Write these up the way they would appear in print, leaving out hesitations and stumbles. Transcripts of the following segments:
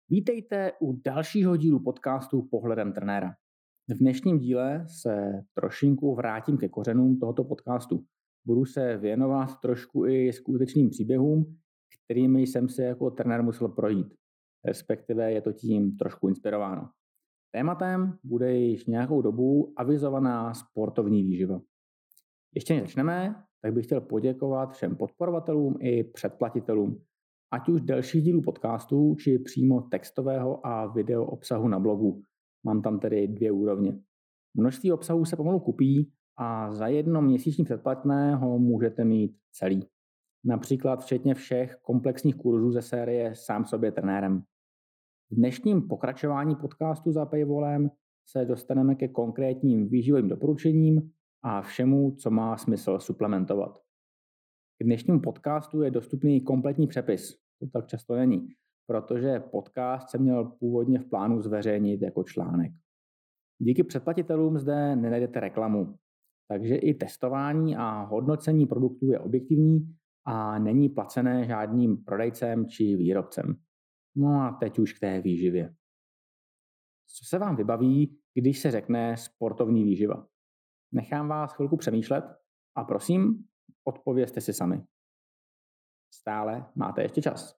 Vítejte u dalšího dílu podcastu Pohledem trenéra. V dnešním díle se trošinku vrátím ke kořenům tohoto podcastu. Budu se věnovat trošku i skutečným příběhům, kterými jsem se jako trenér musel projít. Respektive je to tím trošku inspirováno. Tématem bude již nějakou dobu avizovaná sportovní výživa. Ještě než začneme, tak bych chtěl poděkovat všem podporovatelům i předplatitelům, ať už delších dílů podcastu, či přímo textového a video obsahu na blogu. Mám tam tedy 2 úrovně. Množství obsahu se pomalu kupí a za jedno měsíční předplatné ho můžete mít celý. Například včetně všech komplexních kurzů ze série Sám sobě trenérem. V dnešním pokračování podcastu za paywallem se dostaneme ke konkrétním výživovým doporučením a všemu, co má smysl suplementovat. K dnešnímu podcastu je dostupný kompletní přepis. To tak často není, protože podcast jsem měl původně v plánu zveřejnit jako článek. Díky předplatitelům zde nenajdete reklamu, takže i testování a hodnocení produktů je objektivní a není placené žádným prodejcem či výrobcem. No a teď už k té výživě. Co se vám vybaví, když se řekne sportovní výživa? Nechám vás chvilku přemýšlet a prosím, odpovězte si sami. Stále máte ještě čas.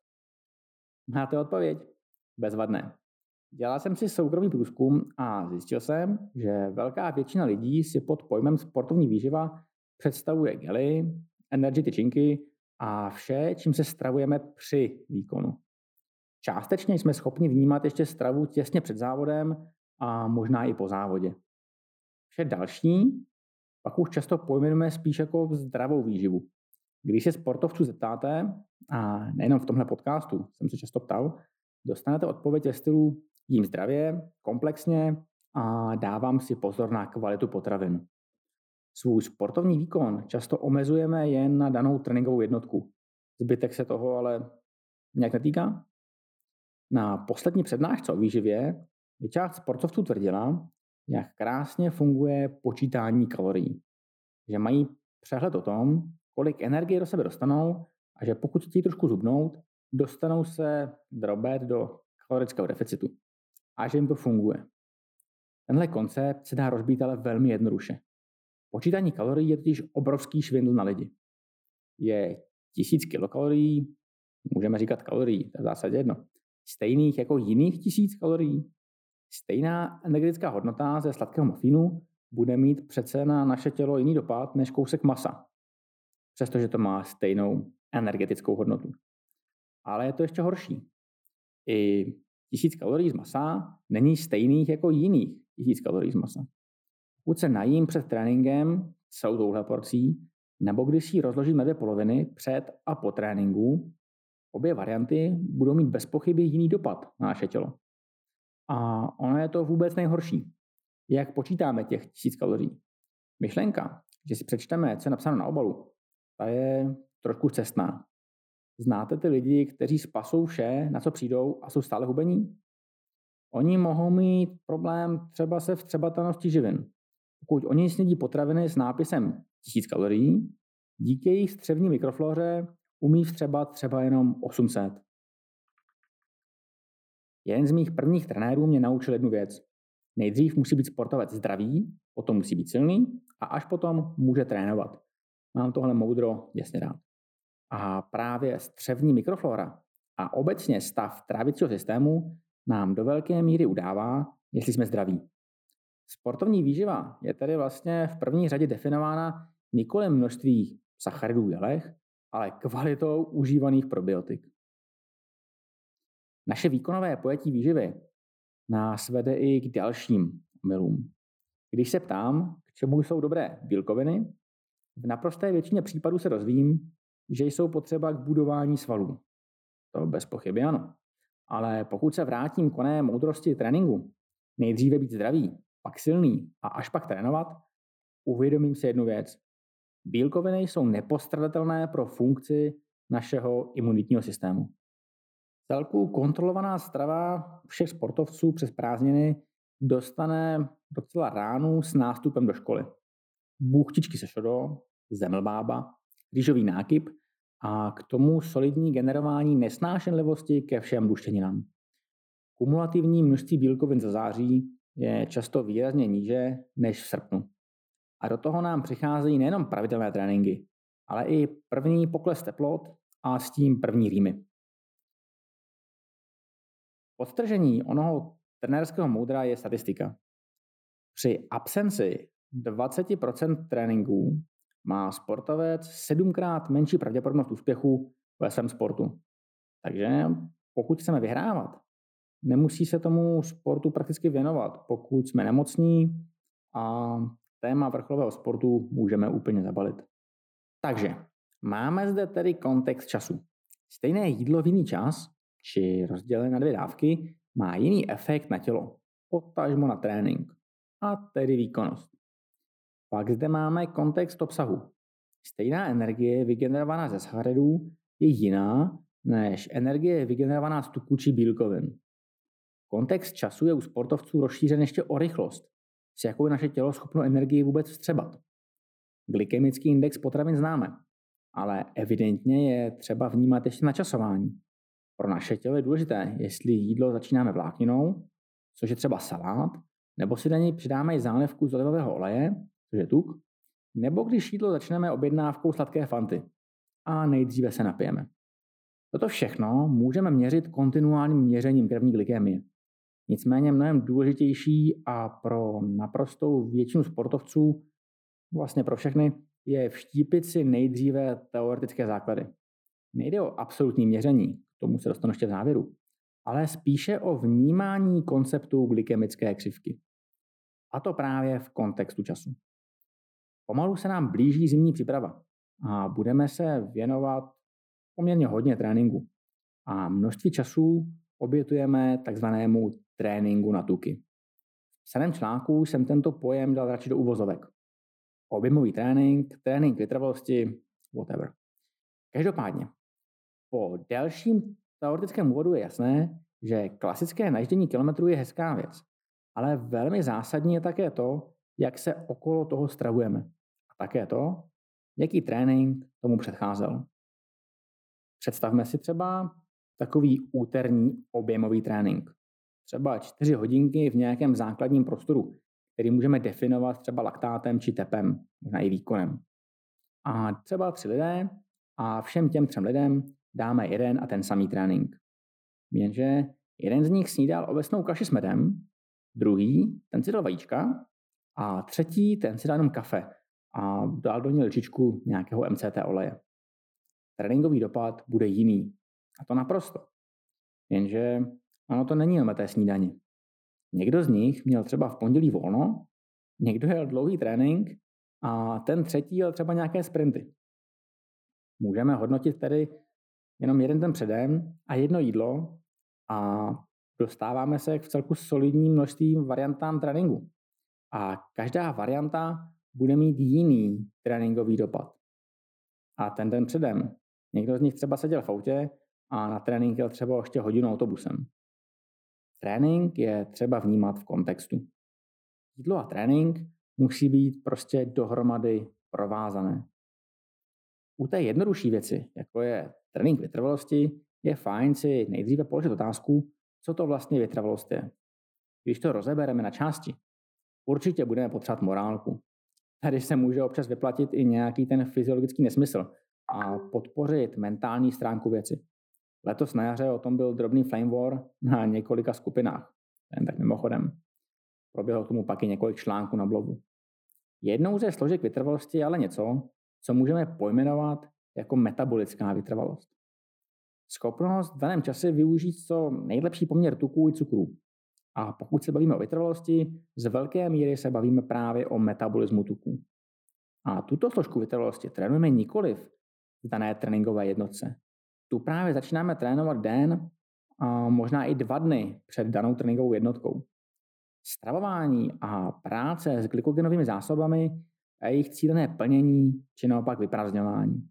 Máte odpověď? Bezvadné. Dělal jsem si soukromý průzkum a zjistil jsem, že velká většina lidí si pod pojmem sportovní výživa představuje gely, energy tyčinky a vše, čím se stravujeme při výkonu. Částečně jsme schopni vnímat ještě stravu těsně před závodem a možná i po závodě. Vše další pak už často pojmenujeme spíš jako zdravou výživu. Když se sportovců zeptáte, a nejenom v tomhle podcastu jsem se často ptal, dostanete odpověď ve stylu jím zdravě, komplexně a dávám si pozor na kvalitu potravin. Svůj sportovní výkon často omezujeme jen na danou tréninkovou jednotku. Zbytek se toho ale nějak netýká. Na poslední přednášce o výživě by část sportovců tvrdila, jak krásně funguje počítání kalorií. Že mají přehled o tom, kolik energie do sebe dostanou a že pokud chtějí trošku zhubnout, dostanou se drobet do kalorického deficitu. A že jim to funguje. Tenhle koncept se dá rozbít ale velmi jednoduše. Počítání kalorií je totiž obrovský švindl na lidi. Je 1000 kilokalorií, můžeme říkat kalorií, to je v zásadě jedno, stejných jako jiných 1000 kalorií. Stejná energetická hodnota ze sladkého mafínu bude mít přece na naše tělo jiný dopad než kousek masa, přestože to má stejnou energetickou hodnotu. Ale je to ještě horší. I 1000 kalorií z masa není stejných jako jiných 1000 kalorií z masa. Pokud se najím před tréninkem celou touhle porcí, nebo když si ji rozložím na 2 poloviny před a po tréninku, obě varianty budou mít bez pochyby jiný dopad na naše tělo. A ono je to vůbec nejhorší. Jak počítáme těch 1000 kalorií? Myšlenka, že si přečteme, co je napsáno na obalu, ta je trošku cestná. Znáte ty lidi, kteří spasou vše, na co přijdou a jsou stále hubení? Oni mohou mít problém třeba se vstřebatelností živin. Pokud oni snědí potraviny s nápisem 1000 kalorií, díky jejich střevní mikroflóře umí vstřebat třeba jenom 800. Jeden z mých prvních trenérů mě naučil jednu věc. Nejdřív musí být sportovec zdravý, potom musí být silný a až potom může trénovat. Mám tohle moudro jasně rád. A právě střevní mikroflora a obecně stav trávicího systému nám do velké míry udává, jestli jsme zdraví. Sportovní výživa je tedy vlastně v první řadě definována nikoli množství sacharidů v jelech, ale kvalitou užívaných probiotik. Naše výkonové pojetí výživy nás vede i k dalším omylům. Když se ptám, k čemu jsou dobré bílkoviny, v naprosté většině případů se dozvím, že jsou potřeba k budování svalů. To bez pochyby ano. Ale pokud se vrátím k oné moudrosti tréninku, nejdříve být zdravý, pak silný a až pak trénovat, uvědomím si jednu věc. Bílkoviny jsou nepostradatelné pro funkci našeho imunitního systému. Celku kontrolovaná strava všech sportovců přes prázdniny dostane docela ránu s nástupem do školy. Buchtičky se šodo, zemlbába, rýžový nákyp a k tomu solidní generování nesnášenlivosti ke všem luštěninám. Kumulativní množství bílkovin za září je často výrazně níže než v srpnu. A do toho nám přicházejí nejenom pravidelné tréninky, ale i první pokles teplot a s tím první rýmy. Podtržení onoho trenérského moudra je statistika. Při absenci 20% tréninků má sportovec 7krát menší pravděpodobnost úspěchu ve svém sportu. Takže pokud chceme vyhrávat, nemusí se tomu sportu prakticky věnovat, pokud jsme nemocní a téma vrcholového sportu můžeme úplně zabalit. Takže máme zde tedy kontext času. Stejné jídlo v jiný čas, či rozdělené na 2 dávky, má jiný efekt na tělo, potažmo na trénink, a tedy výkonnost. Pak zde máme kontext obsahu. Stejná energie vygenerovaná ze sacharidů je jiná než energie vygenerovaná z tuků či bílkovin. Kontext času je u sportovců rozšířen ještě o rychlost, s jakou je naše tělo schopno energii vůbec vstřebat. Glykemický index potravin známe, ale evidentně je třeba vnímat ještě načasování. Pro naše tělo je důležité, jestli jídlo začínáme vlákninou, což je třeba salát, nebo si do něj přidáme i zálivku z olivového oleje, což je tuk, nebo když jídlo začneme objednávkou sladké fanty a nejdříve se napijeme. Toto všechno můžeme měřit kontinuálním měřením krevní glykemie. Nicméně mnohem důležitější a pro naprostou většinu sportovců, vlastně pro všechny, je vštípit si nejdříve teoretické základy. Nejde o absolutní měření, k tomu se dostanu ještě v závěru, ale spíše o vnímání konceptu glykemické křivky. A to právě v kontextu času. Pomalu se nám blíží zimní příprava a budeme se věnovat poměrně hodně tréninku. A množství času obětujeme takzvanému tréninku na tuky. V psaném článku jsem tento pojem dal radši do uvozovek. Objemový trénink, trénink vytrvalosti, whatever. Každopádně, po delším teoretickém úvodu je jasné, že klasické najíždění kilometrů je hezká věc, ale velmi zásadní je také to, jak se okolo toho stravujeme. A také to, jaký trénink tomu předcházel. Představme si třeba takový úterní objemový trénink. Třeba 4 hodinky v nějakém základním prostoru, který můžeme definovat třeba laktátem či tepem, možná i výkonem. A třeba 3 lidé a všem těm 3 lidem dáme jeden a ten samý trénink. Jenže jeden z nich snídal ovesnou kaši s medem, druhý ten si dal vajíčka a třetí ten si dal jenom kafe a dal do něj lžičku nějakého MCT oleje. Tréninkový dopad bude jiný. A to naprosto. Jenže ono to není jenom té snídani. Někdo z nich měl třeba v pondělí volno, někdo jel dlouhý trénink a ten třetí jel třeba nějaké sprinty. Můžeme hodnotit tedy jenom jeden ten předem a jedno jídlo a dostáváme se k vcelku solidním množstvím variantám tréninku. A každá varianta bude mít jiný tréninkový dopad. A ten den předem. Někdo z nich třeba seděl v autě a na trénink jel třeba ještě hodinu autobusem. Trénink je třeba vnímat v kontextu. Jídlo a trénink musí být prostě dohromady provázané. U té jednodušší věci, jako je trénink vytrvalosti, je fajn si nejdříve položit otázku, co to vlastně vytrvalost je. Když to rozebereme na části, určitě budeme potřebovat morálku. Tady se může občas vyplatit i nějaký ten fyziologický nesmysl a podpořit mentální stránku věci. Letos na jaře o tom byl drobný flame war na několika skupinách. Jen tak mimochodem. Proběhlo k tomu pak i několik článků na blogu. Jednou ze složek vytrvalosti je ale něco, co můžeme pojmenovat jako metabolická vytrvalost. Schopnost v daném čase využít co nejlepší poměr tuků i cukrů. A pokud se bavíme o vytrvalosti, z velké míry se bavíme právě o metabolismu tuků. A tuto složku vytrvalosti trénujeme nikoliv v dané tréninkové jednotce. Tu právě začínáme trénovat den a možná i 2 dny před danou tréninkovou jednotkou. Stravování a práce s glykogenovými zásobami a jejich cílené plnění či naopak vyprázdňování.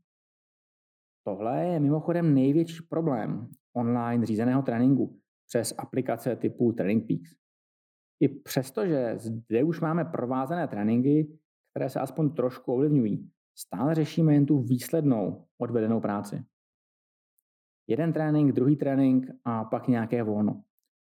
Tohle je mimochodem největší problém online řízeného tréninku přes aplikace typu TrainingPeaks. I přestože zde už máme provázané tréninky, které se aspoň trošku ovlivňují, stále řešíme jen tu výslednou odvedenou práci. Jeden trénink, druhý trénink a pak nějaké volno.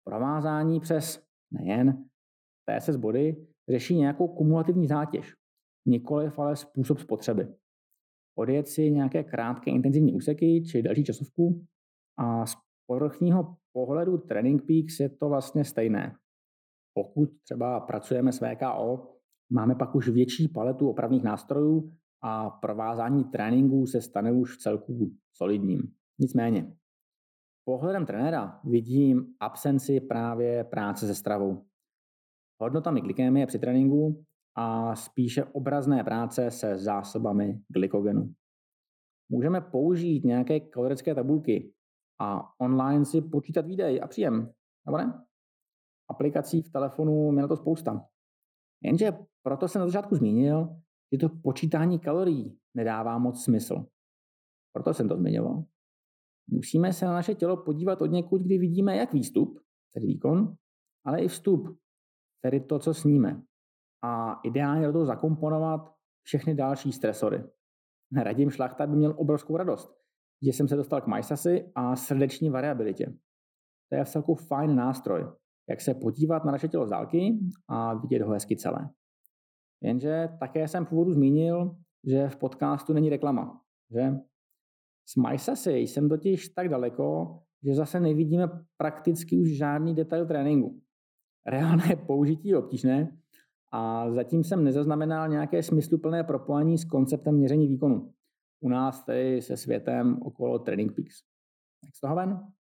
Provázání přes nejen TSS body řeší nějakou kumulativní zátěž, nikoliv ale způsob spotřeby. Odjet si nějaké krátké intenzivní úseky či další časovku a z povrchního pohledu Training Peaks je to vlastně stejné. Pokud třeba pracujeme s VKO, máme pak už větší paletu opravných nástrojů a provázání tréninků se stane už vcelku solidním. Nicméně, pohledem trenéra vidím absenci právě práce se stravou, hodnotami glykémie při tréninku a spíše obrazné práce se zásobami glykogenu. Můžeme použít nějaké kalorické tabulky a online si počítat výdej a příjem, nebo ne? Aplikací v telefonu je na to spousta. Jenže proto jsem na začátku zmínil, že to počítání kalorií nedává moc smysl. Proto jsem to zmiňoval. Musíme se na naše tělo podívat od někud, kdy vidíme jak výstup, tedy výkon, ale i vstup, tedy to, co sníme. A ideálně do toho zakomponovat všechny další stresory. Radim Šlachta by měl obrovskou radost, že jsem se dostal k MySASy a srdeční variabilitě. To je vcelku fajn nástroj, jak se podívat na naše tělo z dálky a vidět ho hezky celé. Jenže také jsem v úvodu zmínil, že v podcastu není reklama, že? S MySASy jsem totiž tak daleko, že zase nevidíme prakticky už žádný detail tréninku. Reálné použití je obtížné a zatím jsem nezaznamenal nějaké smysluplné propojení s konceptem měření výkonu. U nás tedy se světem okolo Training Peaks. Jak z toho ven?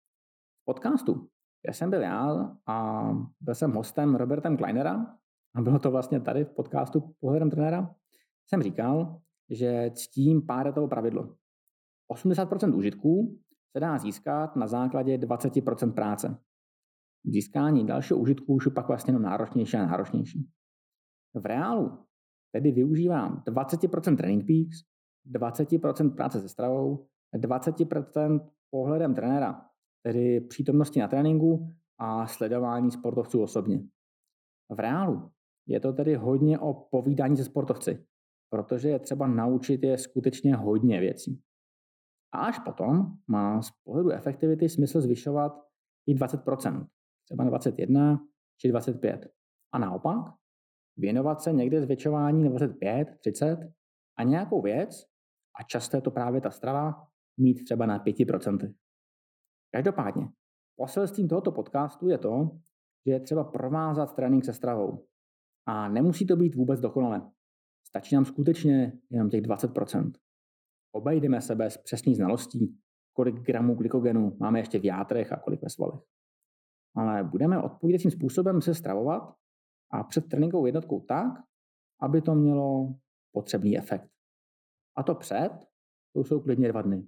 V podcastu, kde jsem byl já a byl jsem hostem Robertem Kleinera, a bylo to vlastně tady v podcastu Pohledem trenéra, jsem říkal, že ctím Paretovo pravidlo. 80% užitků se dá získat na základě 20% práce. Získání dalšího užitku už je pak vlastně náročnější a náročnější. V reálu tedy využívám 20% Training Peaks, 20% práce se stravou, 20% pohledem trenéra, tedy přítomnosti na tréninku a sledování sportovců osobně. V reálu je to tedy hodně o povídání se sportovci, protože je třeba naučit je skutečně hodně věcí. A až potom má z pohledu efektivity smysl zvyšovat i 20%, třeba na 21 či 25. A naopak věnovat se někde zvětšování na 25, 30 a nějakou věc, a často je to právě ta strava, mít třeba na 5%. Každopádně, poselstvím tohoto podcastu je to, že je třeba provázat trénink se stravou. A nemusí to být vůbec dokonale. Stačí nám skutečně jenom těch 20%. Obejdeme se bez přesných znalostí, kolik gramů glykogenu máme ještě v játrech a kolik ve svalech. Ale budeme odpovídajícím způsobem se stravovat a před tréninkovou jednotkou tak, aby to mělo potřebný efekt. A to to jsou klidně 2 dny.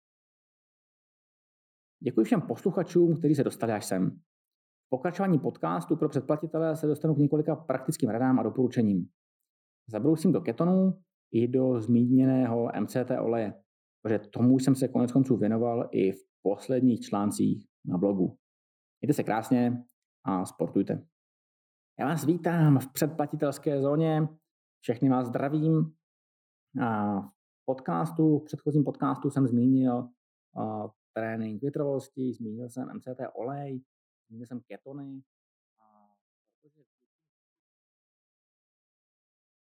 Děkuji všem posluchačům, kteří se dostali až sem. V pokračování podcastu pro předplatitele se dostanu k několika praktickým radám a doporučením. Zabrousím do ketonů i do zmíněného MCT oleje, protože tomu jsem se koneckonců věnoval i v posledních článcích na blogu. Mějte se krásně a sportujte. Já vás vítám v předplatitelské zóně, všechny vás zdravím. A v předchozím podcastu jsem zmínil trénink vytrvalosti, zmínil jsem MCT olej, zmínil jsem ketony